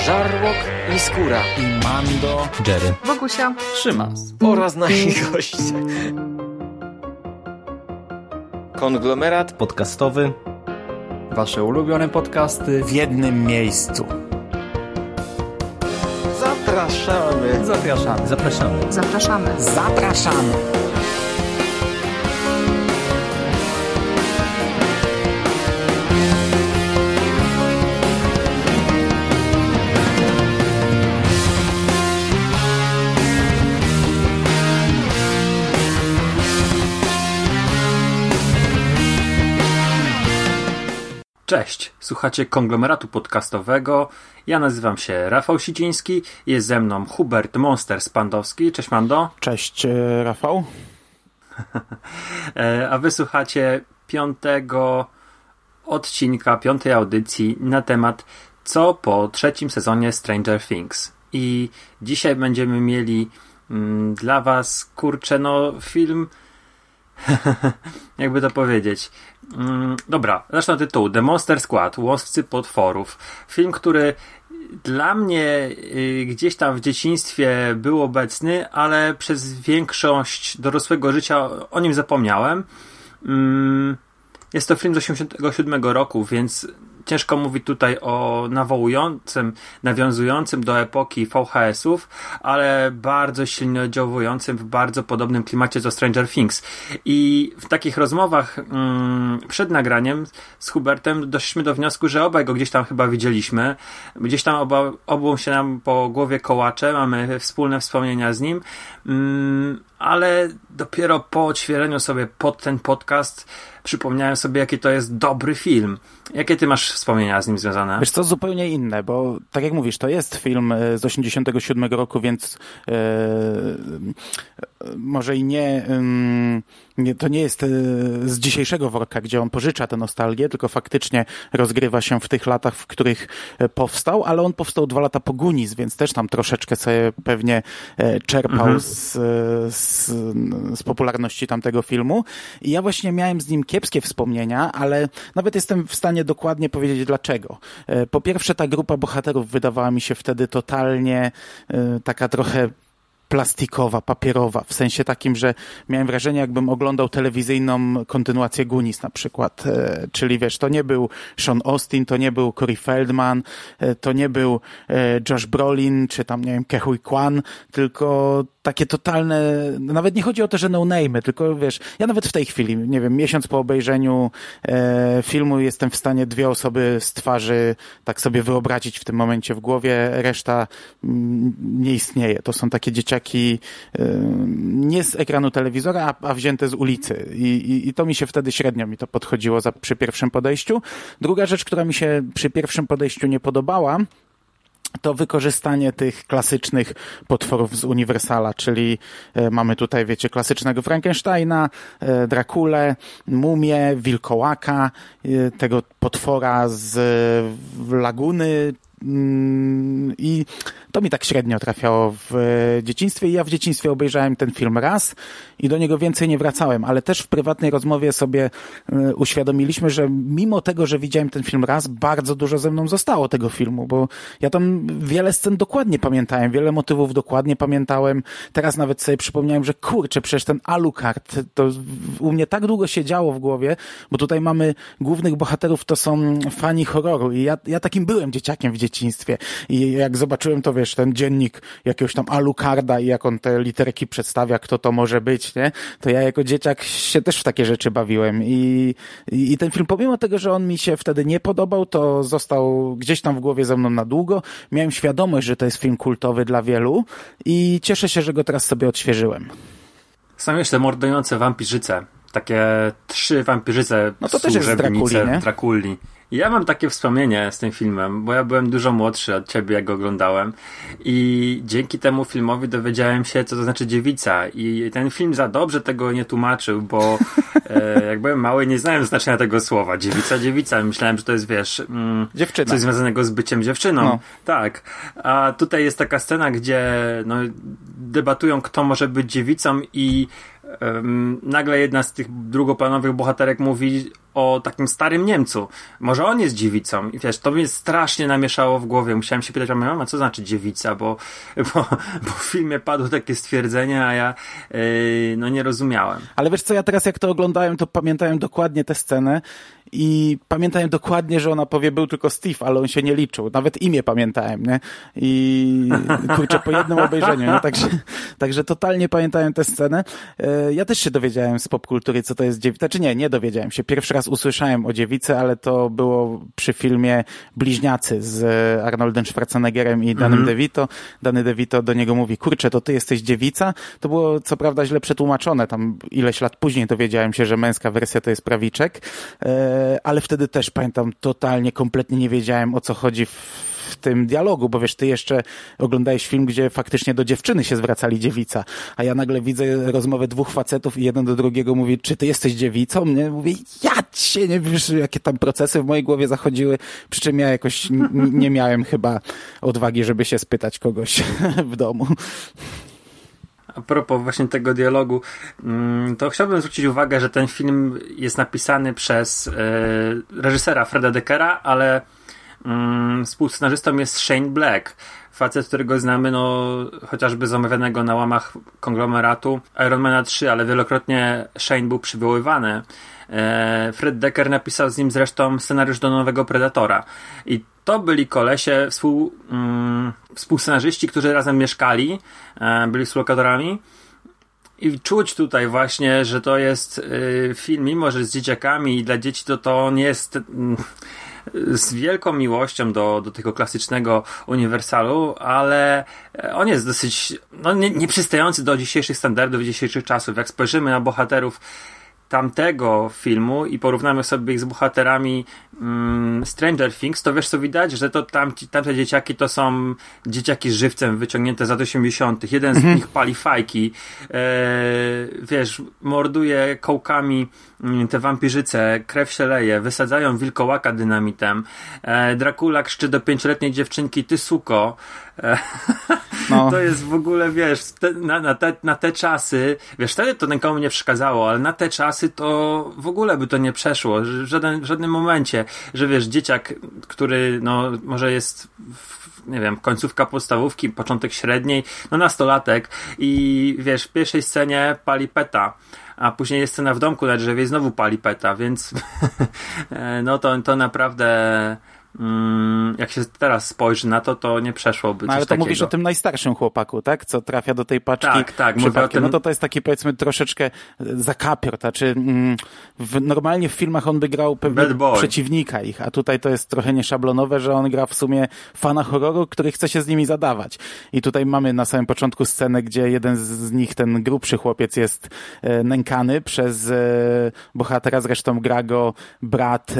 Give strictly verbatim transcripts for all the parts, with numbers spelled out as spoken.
Żarłok i Skóra i Mando, Jerry, Bogusia, Szymas oraz nasi goście. Konglomerat podcastowy. Wasze ulubione podcasty w jednym miejscu. Zapraszamy. Zapraszamy. Zapraszamy. Zapraszamy. Zapraszamy. Cześć, słuchacie Konglomeratu Podcastowego. Ja nazywam się Rafał Sidziński, jest ze mną Hubert Monster Spandowski. Cześć Mando. Cześć Rafał. A wy słuchacie piątego odcinka, piątej audycji na temat co po trzecim sezonie Stranger Things. I dzisiaj będziemy mieli mm, dla was, kurczę, no film... jakby to powiedzieć. Mm, dobra, zacznę od tytułu. The Monster Squad, Łowcy Potworów. Film, który dla mnie y, gdzieś tam w dzieciństwie był obecny, ale przez większość dorosłego życia o nim zapomniałem. Mm, jest to film z osiemdziesiątego siódmego roku, więc ciężko mówić tutaj o nawołującym, nawiązującym do epoki V H S-ów, ale bardzo silnie oddziałującym w bardzo podobnym klimacie do Stranger Things. I w takich rozmowach mm, przed nagraniem z Hubertem doszliśmy do wniosku, że obaj go gdzieś tam chyba widzieliśmy. Gdzieś tam oba, obu się nam po głowie kołacze, mamy wspólne wspomnienia z nim, mm, ale dopiero po odświeżeniu sobie pod ten podcast przypomniałem sobie, jaki to jest dobry film. Jakie ty masz wspomnienia z nim związane? Wiesz co, zupełnie inne, bo tak jak mówisz, to jest film z osiemdziesiątego siódmego roku, więc e, może i nie, nie, to nie jest z dzisiejszego worka, gdzie on pożycza tę nostalgię, tylko faktycznie rozgrywa się w tych latach, w których powstał, ale on powstał dwa lata po Goonies, więc też tam troszeczkę sobie pewnie czerpał mhm. z, z, z popularności tamtego filmu. I ja właśnie miałem z nim kiepskie wspomnienia, ale nawet jestem w stanie dokładnie powiedzieć dlaczego. Po pierwsze, ta grupa bohaterów wydawała mi się wtedy totalnie taka trochę plastikowa, papierowa, w sensie takim, że miałem wrażenie, jakbym oglądał telewizyjną kontynuację Goonies na przykład, e, czyli wiesz, to nie był Sean Austin, to nie był Corey Feldman, e, to nie był e, Josh Brolin, czy tam, nie wiem, Ke Huy Quan, tylko takie totalne, nawet nie chodzi o to, że no-name'y, tylko wiesz, ja nawet w tej chwili, nie wiem, miesiąc po obejrzeniu e, filmu jestem w stanie dwie osoby z twarzy tak sobie wyobrazić w tym momencie w głowie, reszta m, nie istnieje. To są takie dzieciaki e, nie z ekranu telewizora, a, a wzięte z ulicy I, i, i to mi się wtedy średnio mi to podchodziło za, przy pierwszym podejściu. Druga rzecz, która mi się przy pierwszym podejściu nie podobała, to wykorzystanie tych klasycznych potworów z Uniwersala, czyli e, mamy tutaj, wiecie, klasycznego Frankensteina, e, Drakulę, Mumię, Wilkołaka, e, tego potwora z e, Laguny mm, i to mi tak średnio trafiało w dzieciństwie i ja w dzieciństwie obejrzałem ten film raz i do niego więcej nie wracałem, ale też w prywatnej rozmowie sobie y, uświadomiliśmy, że mimo tego, że widziałem ten film raz, bardzo dużo ze mną zostało tego filmu, bo ja tam wiele scen dokładnie pamiętałem, wiele motywów dokładnie pamiętałem. Teraz nawet sobie przypomniałem, że kurczę, przecież ten Alucard, to u mnie tak długo się działo w głowie, bo tutaj mamy głównych bohaterów, to są fani horroru i ja, ja takim byłem dzieciakiem w dzieciństwie i jak zobaczyłem to, wiesz, ten dziennik jakiegoś tam Alucarda i jak on te literki przedstawia, kto to może być, nie? To ja jako dzieciak się też w takie rzeczy bawiłem i, i, i ten film, pomimo tego, że on mi się wtedy nie podobał, to został gdzieś tam w głowie ze mną na długo. Miałem świadomość, że to jest film kultowy dla wielu i cieszę się, że go teraz sobie odświeżyłem. Są jeszcze mordujące wampirzyce. Takie trzy wampirzyce, no to też jest z Drakuli, nie? Drakuli. Ja mam takie wspomnienie z tym filmem, bo ja byłem dużo młodszy od ciebie, jak go oglądałem i dzięki temu filmowi dowiedziałem się, co to znaczy dziewica i ten film za dobrze tego nie tłumaczył, bo e, jak byłem mały, nie znałem znaczenia tego słowa. Dziewica, dziewica. Myślałem, że to jest, wiesz, mm, dziewczyna. Coś związanego z byciem dziewczyną. No. Tak. A tutaj jest taka scena, gdzie no, debatują, kto może być dziewicą i um, nagle jedna z tych drugoplanowych bohaterek mówi o takim starym Niemcu. Może on jest dziewicą. I wiesz, to mnie strasznie namieszało w głowie. Musiałem się pytać, a moja mama, co znaczy dziewica? Bo, bo, bo w filmie padło takie stwierdzenie, a ja yy, no nie rozumiałem. Ale wiesz co, ja teraz jak to oglądałem, to pamiętałem dokładnie tę scenę i pamiętałem dokładnie, że ona powie, był tylko Steve, ale on się nie liczył. Nawet imię pamiętałem, nie? I kurczę, po jednym obejrzeniu, nie? Także, także totalnie pamiętałem tę scenę. Ja też się dowiedziałem z popkultury, co to jest dziewica. Znaczy nie, nie dowiedziałem się. Pierwszy raz usłyszałem o dziewicy, ale to było przy filmie Bliźniacy z Arnoldem Schwarzeneggerem i Danem mm-hmm. DeVito. Danny DeVito do niego mówi, kurczę, to ty jesteś dziewica? To było co prawda źle przetłumaczone. Tam ileś lat później dowiedziałem się, że męska wersja to jest prawiczek. Ale wtedy też pamiętam, totalnie, kompletnie nie wiedziałem, o co chodzi w, w tym dialogu, bo wiesz, ty jeszcze oglądałeś film, gdzie faktycznie do dziewczyny się zwracali dziewica, a ja nagle widzę rozmowę dwóch facetów i jeden do drugiego mówi, czy ty jesteś dziewicą? Nie? Mówię, ja cię, nie wiesz, jakie tam procesy w mojej głowie zachodziły, przy czym ja jakoś n- nie miałem chyba odwagi, żeby się spytać kogoś w domu. A propos właśnie tego dialogu, to chciałbym zwrócić uwagę, że ten film jest napisany przez reżysera Freda Deckera, ale współscenarzystą jest Shane Black, facet, którego znamy no, chociażby z omawianego na łamach konglomeratu Ironmana trzy, ale wielokrotnie Shane był przywoływany. Fred Decker napisał z nim zresztą scenariusz do nowego Predatora. I to byli kolesie, współ, um, współscenarzyści, którzy razem mieszkali, e, byli współlokatorami. I czuć tutaj właśnie, że to jest y, film, mimo że z dzieciakami i dla dzieci, to to on jest y, z wielką miłością do, do tego klasycznego uniwersalu, ale on jest dosyć no, nie, nieprzystający do dzisiejszych standardów, dzisiejszych czasów. Jak spojrzymy na bohaterów tamtego filmu i porównamy sobie ich z bohaterami mm, Stranger Things, to wiesz co widać, że to tamci, tamte dzieciaki to są dzieciaki z żywcem wyciągnięte z lat osiemdziesiątych. Jeden z nich pali fajki, e, wiesz, morduje kołkami te wampirzyce, krew się leje, wysadzają wilkołaka dynamitem, e, Dracula krzyczy do pięcioletniej dziewczynki, ty suko. E, no. To jest w ogóle, wiesz, te, na, na, te, na te czasy, wiesz, wtedy to nikomu nie przeszkadzało, ale na te czasy to w ogóle by to nie przeszło, w żaden, w żadnym momencie, że wiesz, dzieciak, który no może jest w, nie wiem, końcówka podstawówki, początek średniej, no nastolatek i wiesz, w pierwszej scenie pali peta, a później jest scena w domku na drzewie i znowu pali peta, więc no to, to naprawdę mm, jak się teraz spojrzy na to, to nie przeszłoby. No ale to takiego. Mówisz o tym najstarszym chłopaku, tak? Co trafia do tej paczki. Tak, tak. Mówię o tym... No to to jest taki, powiedzmy, troszeczkę zakapior, znaczy mm, w, normalnie w filmach on by grał pewnie przeciwnika ich, a tutaj to jest trochę nieszablonowe, że on gra w sumie fana horroru, który chce się z nimi zadawać. I tutaj mamy na samym początku scenę, gdzie jeden z nich, ten grubszy chłopiec jest e, nękany przez e, bohatera, zresztą gra go brat e,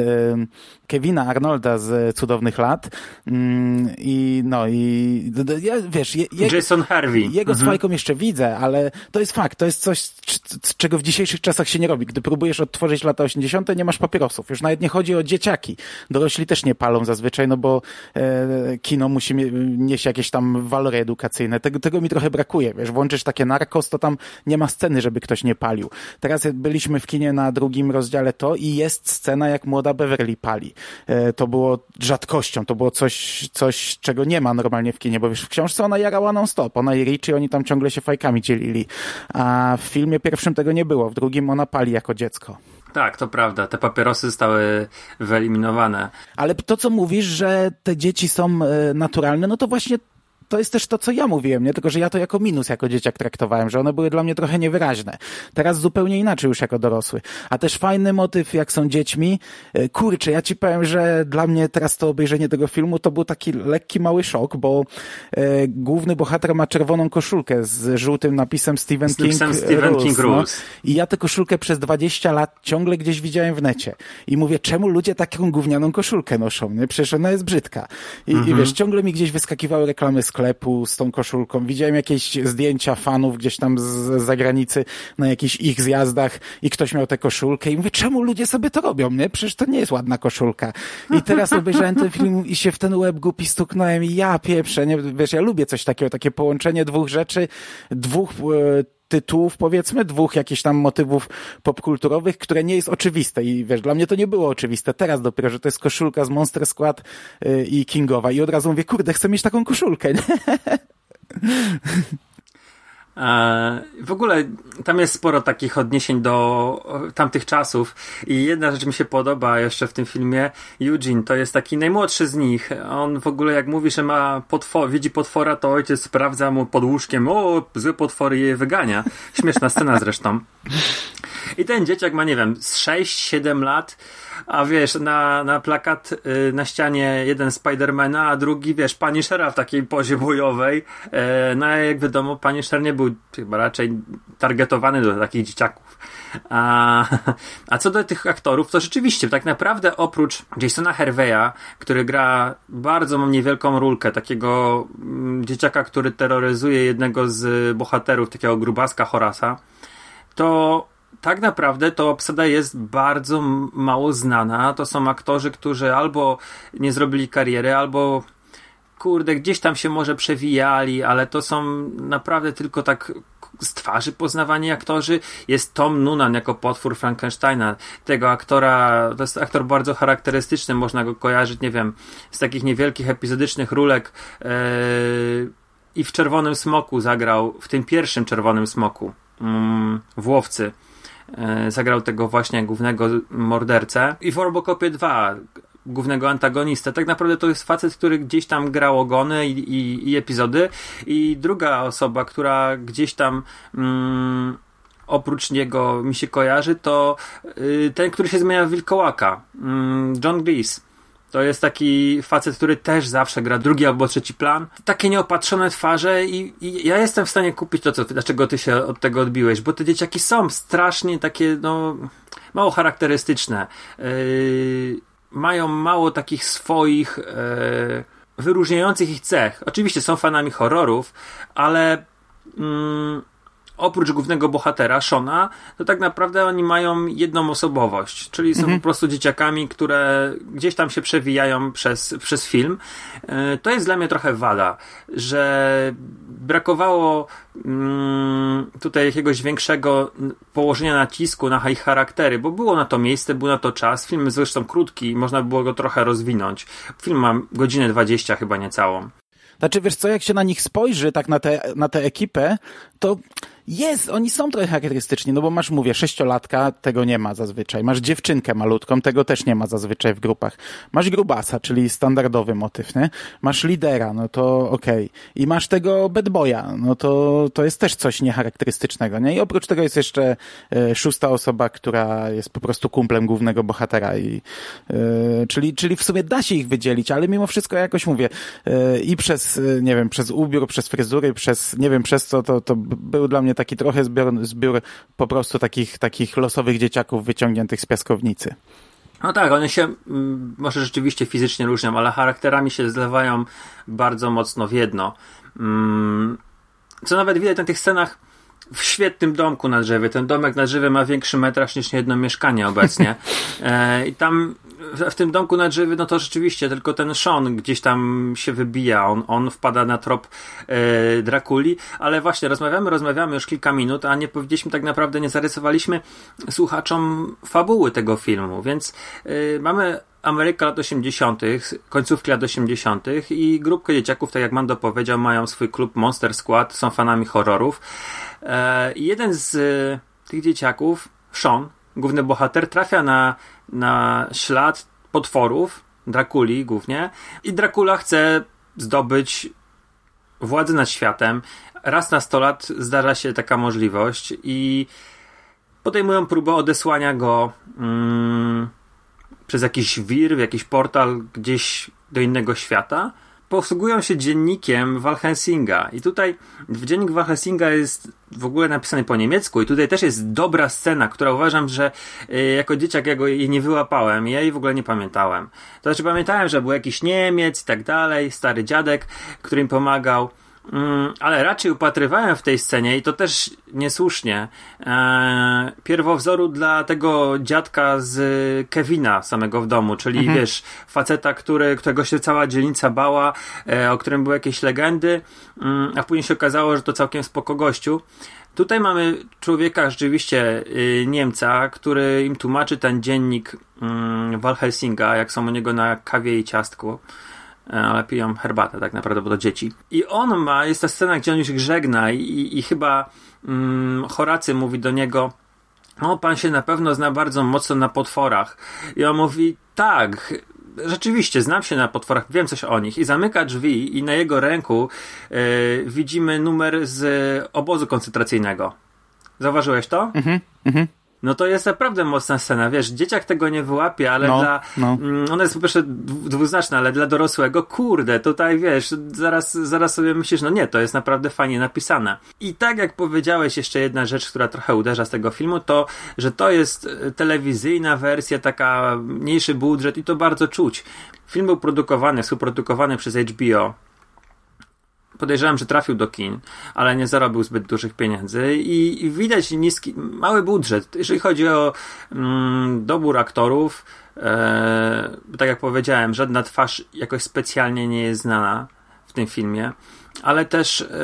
Kevina Arnolda z Cudownych Lat. Mm, I no i ja, wiesz, je, je, Jason Harvey. Jego mhm. z fajką jeszcze widzę, ale to jest fakt, to jest coś, c- czego w dzisiejszych czasach się nie robi. Gdy próbujesz odtworzyć lata osiemdziesiąte, nie masz papierosów. Już nawet nie chodzi o dzieciaki. Dorośli też nie palą zazwyczaj, no bo e, kino musi mie- nieść jakieś tam walory edukacyjne. Tego, tego mi trochę brakuje. Wiesz, włączysz takie Narcos, to tam nie ma sceny, żeby ktoś nie palił. Teraz byliśmy w kinie na drugim rozdziale to i jest scena, jak młoda Beverly pali. E, to było rzadkością, to było coś, coś, czego nie ma normalnie w kinie, bo wiesz, w książce ona jarała non-stop. Ona i Richie, oni tam ciągle się fajkami dzielili. A w filmie pierwszym tego nie było, w drugim ona pali jako dziecko. Tak, to prawda. Te papierosy zostały wyeliminowane. Ale to, co mówisz, że te dzieci są naturalne, no to właśnie to jest też to, co ja mówiłem, nie? Tylko że ja to jako minus, jako dzieciak traktowałem, że one były dla mnie trochę niewyraźne. Teraz zupełnie inaczej już jako dorosły. A też fajny motyw, jak są dziećmi. Kurczę, ja ci powiem, że dla mnie teraz to obejrzenie tego filmu to był taki lekki, mały szok, bo e, główny bohater ma czerwoną koszulkę z żółtym napisem Stephen z King, Stephen Rules, King Rules. No. I ja tę koszulkę przez dwadzieścia lat ciągle gdzieś widziałem w necie. I mówię, czemu ludzie taką gównianą koszulkę noszą, nie? Przecież ona jest brzydka. I, mhm. i wiesz, ciągle mi gdzieś wyskakiwały reklamy sklepu z tą koszulką. Widziałem jakieś zdjęcia fanów gdzieś tam z zagranicy na jakichś ich zjazdach i ktoś miał tę koszulkę i mówię, czemu ludzie sobie to robią, nie? Przecież to nie jest ładna koszulka. I teraz obejrzałem ten film i się w ten łeb głupi stuknąłem i ja pieprzę, nie? Wiesz, ja lubię coś takiego, takie połączenie dwóch rzeczy, dwóch e, tytułów, powiedzmy, dwóch jakichś tam motywów popkulturowych, które nie jest oczywiste i wiesz, dla mnie to nie było oczywiste. Teraz dopiero, że to jest koszulka z Monster Squad yy, i Kingowa i od razu mówię, kurde, chcę mieć taką koszulkę, nie? W ogóle tam jest sporo takich odniesień do tamtych czasów i jedna rzecz mi się podoba jeszcze w tym filmie. Eugene to jest taki najmłodszy z nich. On w ogóle jak mówi, że ma potwor, widzi potwora, to ojciec sprawdza mu pod łóżkiem, o, złe potwory je wygania. Śmieszna scena zresztą. I ten dzieciak ma, nie wiem, z sześć siedem lat, a wiesz, na, na plakat y, na ścianie jeden Spidermana, a drugi, wiesz, Punishera w takiej pozie bojowej. E, no jak wiadomo, Punisher nie był chyba raczej targetowany do takich dzieciaków. A, a co do tych aktorów, to rzeczywiście, tak naprawdę oprócz Jasona Herveya, który gra bardzo niewielką rólkę, takiego mm, dzieciaka, który terroryzuje jednego z bohaterów, takiego grubaska Horasa, to tak naprawdę to obsada jest bardzo mało znana. To są aktorzy, którzy albo nie zrobili kariery, albo kurde, gdzieś tam się może przewijali, ale to są naprawdę tylko tak z twarzy poznawani aktorzy. Jest Tom Noonan jako potwór Frankensteina. Tego aktora, to jest aktor bardzo charakterystyczny, można go kojarzyć, nie wiem, z takich niewielkich epizodycznych rólek. Yy, i w Czerwonym Smoku zagrał, w tym pierwszym Czerwonym Smoku, yy, w Łowcy. Zagrał tego właśnie głównego mordercę i w Robocopie dwa głównego antagonistę. Tak naprawdę to jest facet, który gdzieś tam grał ogony i, i, i epizody i druga osoba, która gdzieś tam mm, oprócz niego mi się kojarzy, to y, ten, który się zmienia w wilkołaka, y, John Cleese. To jest taki facet, który też zawsze gra drugi albo trzeci plan. Takie nieopatrzone twarze i, i ja jestem w stanie kupić to, co, dlaczego ty się od tego odbiłeś, bo te dzieciaki są strasznie takie, no, mało charakterystyczne. Yy, mają mało takich swoich yy, wyróżniających ich cech. Oczywiście są fanami horrorów, ale yy, oprócz głównego bohatera, Shona, to tak naprawdę oni mają jedną osobowość, czyli są mhm. po prostu dzieciakami, które gdzieś tam się przewijają przez, przez film. To jest dla mnie trochę wada, że brakowało mm, tutaj jakiegoś większego położenia nacisku na ich charaktery, bo było na to miejsce, był na to czas. Film jest zresztą krótki i można było go trochę rozwinąć. Film ma godzinę dwadzieścia chyba niecałą. Znaczy, wiesz co, jak się na nich spojrzy, tak na tę na tę ekipę, to jest, oni są trochę charakterystyczni, no bo masz, mówię, sześciolatka, tego nie ma zazwyczaj. Masz dziewczynkę malutką, tego też nie ma zazwyczaj w grupach. Masz grubasa, czyli standardowy motyw, nie? Masz lidera, no to okej. Okay. I masz tego bad boya, no to, to jest też coś niecharakterystycznego, nie? I oprócz tego jest jeszcze e, szósta osoba, która jest po prostu kumplem głównego bohatera i e, czyli, czyli w sumie da się ich wydzielić, ale mimo wszystko jakoś mówię e, i przez, e, nie wiem, przez ubiór, przez fryzury, przez, nie wiem, przez co, to, to był dla mnie taki trochę zbiór, zbiór po prostu takich, takich losowych dzieciaków wyciągniętych z piaskownicy. No tak, one się m, może rzeczywiście fizycznie różnią, ale charakterami się zlewają bardzo mocno w jedno. Mm, co nawet widać na tych scenach w świetnym domku na drzewie. Ten domek na drzewie ma większy metraż niż jedno mieszkanie obecnie. E, I tam w, w tym domku na drzewie, no to rzeczywiście tylko ten Sean gdzieś tam się wybija. On, on wpada na trop e, Drakuli, ale właśnie rozmawiamy, rozmawiamy już kilka minut, a nie powiedzieliśmy tak naprawdę, nie zarysowaliśmy słuchaczom fabuły tego filmu, więc e, mamy Ameryka lat osiemdziesiątych, końcówki lat osiemdziesiątych i grupkę dzieciaków, tak jak Mando powiedział, mają swój klub Monster Squad, są fanami horrorów. I jeden z tych dzieciaków, Sean, główny bohater, trafia na, na ślad potworów, Drakuli głównie, i Dracula chce zdobyć władzę nad światem. Raz na sto lat zdarza się taka możliwość i podejmują próbę odesłania go mm, przez jakiś wir, jakiś portal gdzieś do innego świata. Posługują się dziennikiem Walhensinga i tutaj dziennik Walhensinga jest w ogóle napisany po niemiecku i tutaj też jest dobra scena, która uważam, że y, jako dzieciak ja go jej nie wyłapałem i ja jej w ogóle nie pamiętałem. To znaczy pamiętałem, że był jakiś Niemiec i tak dalej, stary dziadek, który im pomagał. ale raczej upatrywałem w tej scenie, i to też niesłusznie, e, pierwowzoru dla tego dziadka z Kevina samego w domu, czyli mhm. wiesz, faceta, który, którego się cała dzielnica bała, e, o którym były jakieś legendy, mm, a później się okazało, że to całkiem spoko gościu. Tutaj mamy człowieka, rzeczywiście y, Niemca, który im tłumaczy ten dziennik y, Val Helsinga, jak są u niego na kawie i ciastku, y, ale piją herbatę tak naprawdę, bo to dzieci. I on ma, jest ta scena, gdzie on już ich żegna i, i chyba y, Horacy mówi do niego: o, pan się na pewno zna bardzo mocno na potworach. I on mówi: tak, rzeczywiście, znam się na potworach, wiem coś o nich. I zamyka drzwi i na jego ręku yy, widzimy numer z obozu koncentracyjnego. Zauważyłeś to? Mhm, mhm. No to jest naprawdę mocna scena, wiesz, dzieciak tego nie wyłapie, ale no, dla, no. Mm, ona jest po pierwsze dwuznaczna, ale dla dorosłego, kurde, tutaj wiesz, zaraz, zaraz sobie myślisz, no nie, to jest naprawdę fajnie napisane. I tak jak powiedziałeś, jeszcze jedna rzecz, która trochę uderza z tego filmu, to, że to jest telewizyjna wersja, taka mniejszy budżet i to bardzo czuć. Film był produkowany, współprodukowany przez H B O. Podejrzewam, że trafił do kin, ale nie zarobił zbyt dużych pieniędzy i, i widać niski, mały budżet. Jeżeli chodzi o mm, dobór aktorów, e, tak jak powiedziałem, żadna twarz jakoś specjalnie nie jest znana w tym filmie, ale też e,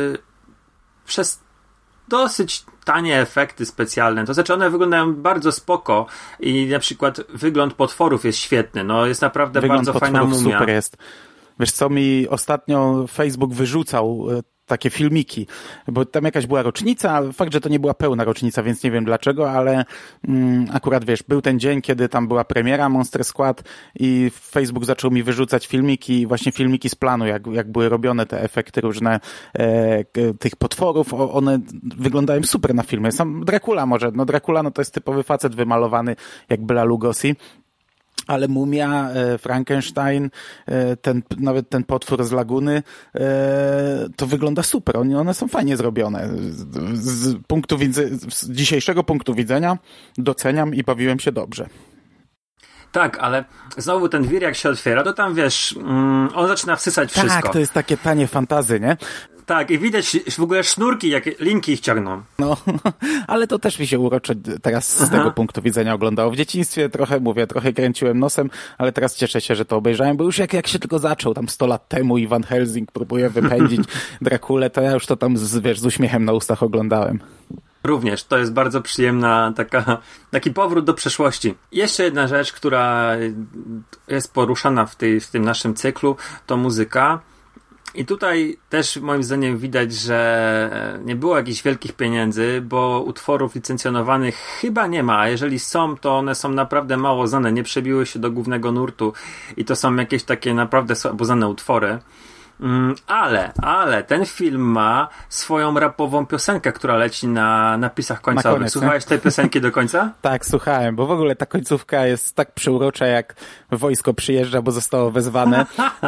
przez dosyć tanie efekty specjalne, to znaczy one wyglądają bardzo spoko i na przykład wygląd potworów jest świetny, no jest naprawdę wygląd bardzo fajna mumia. Super jest. Wiesz co, mi ostatnio Facebook wyrzucał takie filmiki, bo tam jakaś była rocznica, fakt, że to nie była pełna rocznica, więc nie wiem dlaczego, ale mm, akurat wiesz, był ten dzień, kiedy tam była premiera Monster Squad i Facebook zaczął mi wyrzucać filmiki, właśnie filmiki z planu, jak, jak były robione te efekty różne e, tych potworów, o, one wyglądają super na filmie. Sam Dracula może, no Dracula no to jest typowy facet wymalowany jak Bela Lugosi, ale Mumia, Frankenstein, ten, nawet ten potwór z Laguny, to wygląda super. One są fajnie zrobione. Z punktu widzenia, z dzisiejszego punktu widzenia doceniam i bawiłem się dobrze. Tak, ale znowu ten wir jak się otwiera, to tam wiesz, mm, on zaczyna wsysać wszystko. Tak, to jest takie tanie fantazy, nie? Tak, i widać w ogóle sznurki, jak linki ich ciągną. No, ale to też mi się urocze teraz z Aha. tego punktu widzenia oglądało. W dzieciństwie trochę, mówię, trochę kręciłem nosem, ale teraz cieszę się, że to obejrzałem, bo już jak, jak się tylko zaczął, tam sto lat temu i Van Helsing próbuje wypędzić Drakulę, to ja już to tam, z, wiesz, z uśmiechem na ustach oglądałem. Również, to jest bardzo przyjemna taka, taki powrót do przeszłości. Jeszcze jedna rzecz, która jest poruszana w, tej, w tym naszym cyklu, to muzyka. I tutaj też moim zdaniem widać, że nie było jakichś wielkich pieniędzy, bo utworów licencjonowanych chyba nie ma, a jeżeli są, to one są naprawdę mało znane, nie przebiły się do głównego nurtu i to są jakieś takie naprawdę słabo znane utwory. Mm, ale, ale ten film ma swoją rapową piosenkę, która leci na napisach końcowych. Na koniec, Słuchałeś tej piosenki do końca? Tak, słuchałem, bo w ogóle ta końcówka jest tak przeurocza, jak wojsko przyjeżdża, bo zostało wezwane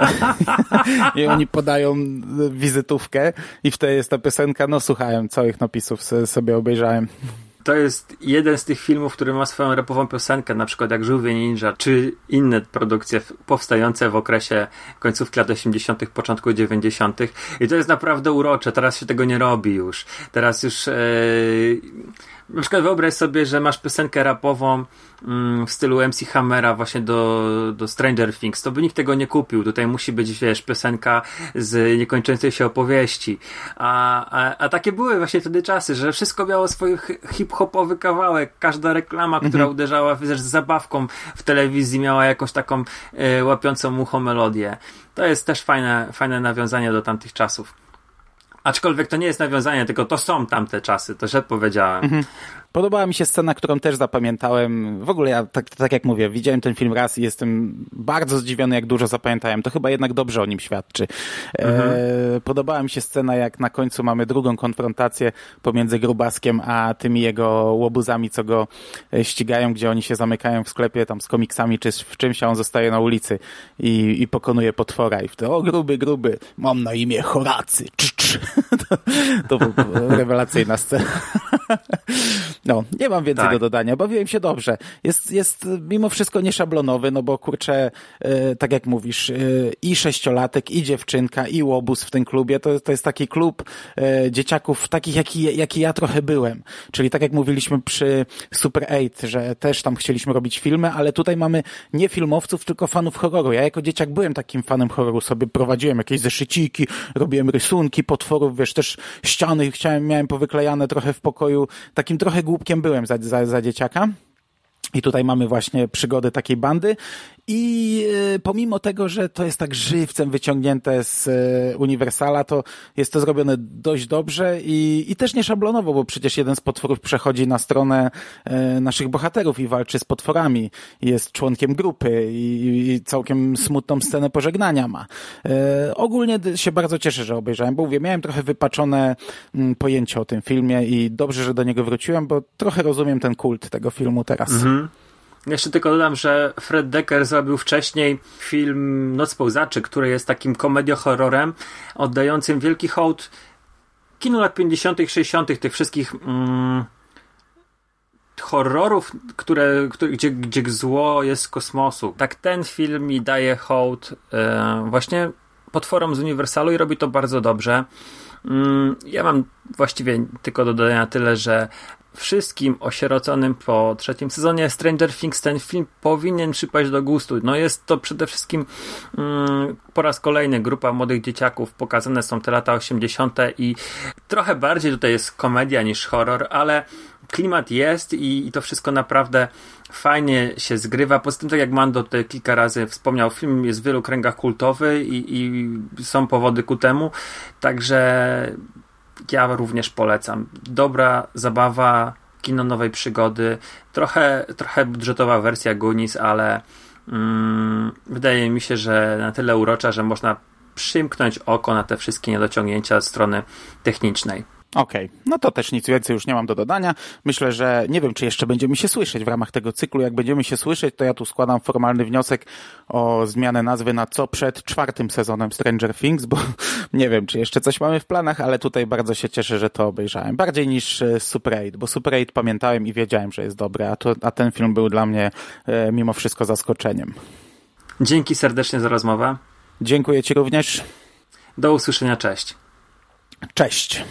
i oni podają wizytówkę i wtedy jest ta piosenka. No słuchałem, całych napisów sobie obejrzałem. To jest jeden z tych filmów, który ma swoją rapową piosenkę, na przykład jak Żółwie Ninja, czy inne produkcje powstające w okresie końcówki lat osiemdziesiątych, początku dziewięćdziesiątych. I to jest naprawdę urocze. Teraz się tego nie robi już. Teraz już... Yy... Na przykład wyobraź sobie, że masz piosenkę rapową mm, w stylu M C Hammera właśnie do, do Stranger Things, to by nikt tego nie kupił. Tutaj musi być, wiesz, piosenka z niekończącej się opowieści. A, a, a takie były właśnie wtedy czasy, że wszystko miało swój hip-hopowy kawałek. Każda reklama, mhm. która uderzała, wiesz, z zabawką w telewizji, miała jakąś taką y, łapiącą ucho melodię. To jest też fajne, fajne nawiązanie do tamtych czasów. Aczkolwiek to nie jest nawiązanie, tylko to są tamte czasy, to źle powiedziałem. Mhm. Podobała mi się scena, którą też zapamiętałem. W ogóle ja, tak, tak jak mówię, widziałem ten film raz i jestem bardzo zdziwiony, jak dużo zapamiętałem. To chyba jednak dobrze o nim świadczy. Mhm. E, podobała mi się scena, jak na końcu mamy drugą konfrontację pomiędzy Grubaskiem a tymi jego łobuzami, co go ścigają, gdzie oni się zamykają w sklepie tam z komiksami czy w czymś, a on zostaje na ulicy i, i pokonuje potwora. I wtedy, o gruby, gruby, mam na imię Horacy. Cz, cz. to, to była rewelacyjna scena. No, nie mam więcej tak. do dodania. Bawiłem się dobrze. Jest, jest mimo wszystko nieszablonowy, no bo kurczę, e, tak jak mówisz, e, i sześciolatek, i dziewczynka, i łobuz w tym klubie. To, to jest taki klub e, dzieciaków takich, jaki, jaki ja trochę byłem. Czyli tak jak mówiliśmy przy Super osiem, że też tam chcieliśmy robić filmy, ale tutaj mamy nie filmowców, tylko fanów horroru. Ja jako dzieciak byłem takim fanem horroru. Sobie prowadziłem jakieś zeszyciki, robiłem rysunki potworów, wiesz, też ściany chciałem, miałem powyklejane trochę w pokoju. Takim trochę głupkiem byłem za, za, za dzieciaka. I tutaj mamy właśnie przygody takiej bandy i e, pomimo tego, że to jest tak żywcem wyciągnięte z e, Uniwersala, to jest to zrobione dość dobrze i, i też nie szablonowo, bo przecież jeden z potworów przechodzi na stronę e, naszych bohaterów i walczy z potworami. Jest członkiem grupy i, i całkiem smutną scenę pożegnania ma. E, ogólnie się bardzo cieszę, że obejrzałem, bo mówię, miałem trochę wypaczone m, pojęcie o tym filmie i dobrze, że do niego wróciłem, bo trochę rozumiem ten kult tego filmu teraz. Mhm. Jeszcze tylko dodam, że Fred Decker zrobił wcześniej film Noc Pełzaczy, który jest takim komediohorrorem oddającym wielki hołd kinu lat pięćdziesiątych, sześćdziesiątych, tych wszystkich mm, horrorów, które, które, gdzie, gdzie zło jest z kosmosu. Tak ten film mi daje hołd e, właśnie potworom z Uniwersalu i robi to bardzo dobrze. Mm, ja mam właściwie tylko do dodania tyle, że wszystkim osieroconym po trzecim sezonie Stranger Things ten film powinien przypaść do gustu. No jest to przede wszystkim mm, po raz kolejny grupa młodych dzieciaków, pokazane są te lata osiemdziesiąte i trochę bardziej tutaj jest komedia niż horror, ale klimat jest i, i to wszystko naprawdę fajnie się zgrywa. Poza tym, tak jak Mando tutaj kilka razy wspomniał, film jest w wielu kręgach kultowy i, i są powody ku temu, także ja również polecam. Dobra zabawa, kino nowej przygody, trochę, trochę budżetowa wersja Goonies, ale mm, wydaje mi się, że na tyle urocza, że można przymknąć oko na te wszystkie niedociągnięcia z strony technicznej. Okej, okay. No to też nic więcej już nie mam do dodania. Myślę, że nie wiem, czy jeszcze będziemy się słyszeć w ramach tego cyklu. Jak będziemy się słyszeć, to ja tu składam formalny wniosek o zmianę nazwy na co przed czwartym sezonem Stranger Things, bo nie wiem, czy jeszcze coś mamy w planach, ale tutaj bardzo się cieszę, że to obejrzałem. Bardziej niż Super osiem, bo Super osiem pamiętałem i wiedziałem, że jest dobry, a, to, a ten film był dla mnie e, mimo wszystko zaskoczeniem. Dzięki serdecznie za rozmowę. Dziękuję Ci również. Do usłyszenia, cześć. Cześć.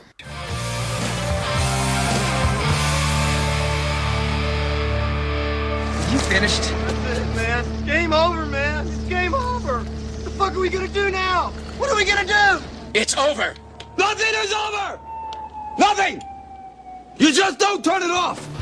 You finished? That's it, man. Game over, man. It's game over. What the fuck are we gonna do now? What are we gonna do? It's over. Nothing is over. Nothing. You just don't turn it off.